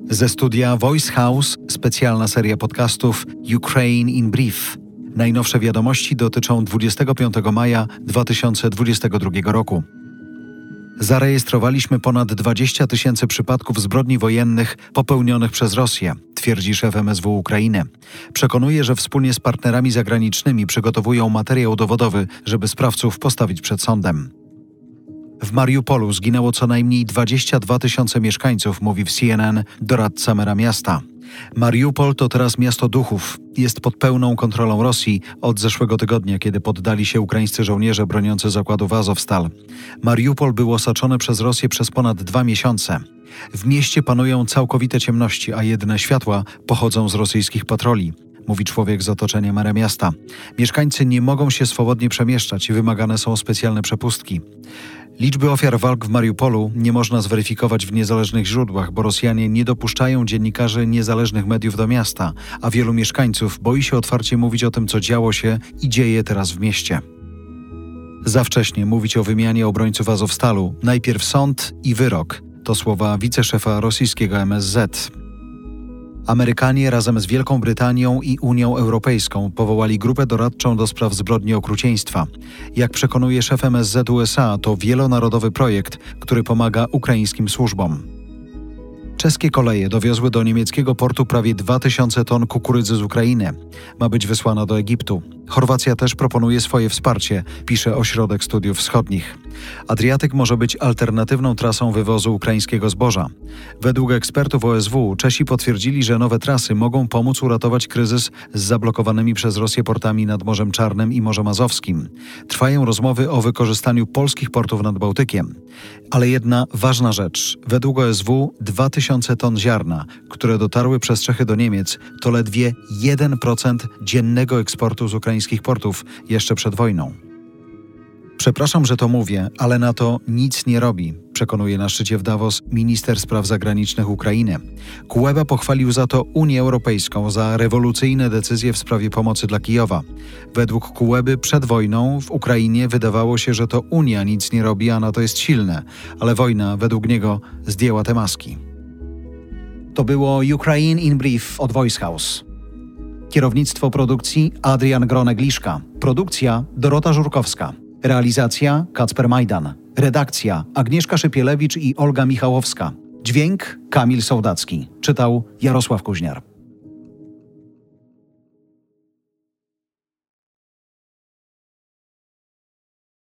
Ze studia Voice House specjalna seria podcastów Ukraine in Brief. Najnowsze wiadomości dotyczą 25 maja 2022 roku. Zarejestrowaliśmy ponad 20 000 przypadków zbrodni wojennych popełnionych przez Rosję, twierdzi szef MSW Ukrainy. Przekonuje, że wspólnie z partnerami zagranicznymi przygotowują materiał dowodowy, żeby sprawców postawić przed sądem. W Mariupolu zginęło co najmniej 22 000 mieszkańców, mówi w CNN doradca mera miasta. Mariupol to teraz miasto duchów. Jest pod pełną kontrolą Rosji od zeszłego tygodnia, kiedy poddali się ukraińscy żołnierze broniący zakładów Azovstal. Mariupol był osaczony przez Rosję przez ponad 2 miesiące. W mieście panują całkowite ciemności, a jedyne światła pochodzą z rosyjskich patroli, mówi człowiek z otoczenia mera miasta. Mieszkańcy nie mogą się swobodnie przemieszczać i wymagane są specjalne przepustki. Liczby ofiar walk w Mariupolu nie można zweryfikować w niezależnych źródłach, bo Rosjanie nie dopuszczają dziennikarzy niezależnych mediów do miasta, a wielu mieszkańców boi się otwarcie mówić o tym, co działo się i dzieje teraz w mieście. Za wcześnie mówić o wymianie obrońców Azovstalu. Najpierw sąd i wyrok. To słowa wiceszefa rosyjskiego MSZ. Amerykanie razem z Wielką Brytanią i Unią Europejską powołali grupę doradczą do spraw zbrodni okrucieństwa. Jak przekonuje szef MSZ USA, to wielonarodowy projekt, który pomaga ukraińskim służbom. Czeskie koleje dowiozły do niemieckiego portu prawie 2000 ton kukurydzy z Ukrainy. Ma być wysłana do Egiptu. Chorwacja też proponuje swoje wsparcie, pisze Ośrodek Studiów Wschodnich. Adriatyk może być alternatywną trasą wywozu ukraińskiego zboża. Według ekspertów OSW Czesi potwierdzili, że nowe trasy mogą pomóc uratować kryzys z zablokowanymi przez Rosję portami nad Morzem Czarnym i Morzem Azowskim. Trwają rozmowy o wykorzystaniu polskich portów nad Bałtykiem. Ale jedna ważna rzecz. Według OSW 2000 ton ziarna, które dotarły przez Czechy do Niemiec, to ledwie 1% dziennego eksportu z ukraińskich portów jeszcze przed wojną. Przepraszam, że to mówię, ale na to nic nie robi, przekonuje na szczycie w Davos minister spraw zagranicznych Ukrainy. Kuleba pochwalił za to Unię Europejską za rewolucyjne decyzje w sprawie pomocy dla Kijowa. Według Kuleby przed wojną w Ukrainie wydawało się, że to Unia nic nie robi, a NATO jest silne, ale wojna według niego zdjęła te maski. To było Ukraine in Brief od Voice House. Kierownictwo produkcji Adrian Gronek-Liszka. Produkcja Dorota Żurkowska. Realizacja Kacper Majdan. Redakcja Agnieszka Szypielewicz i Olga Michałowska. Dźwięk Kamil Sołdacki. Czytał Jarosław Kuźniar.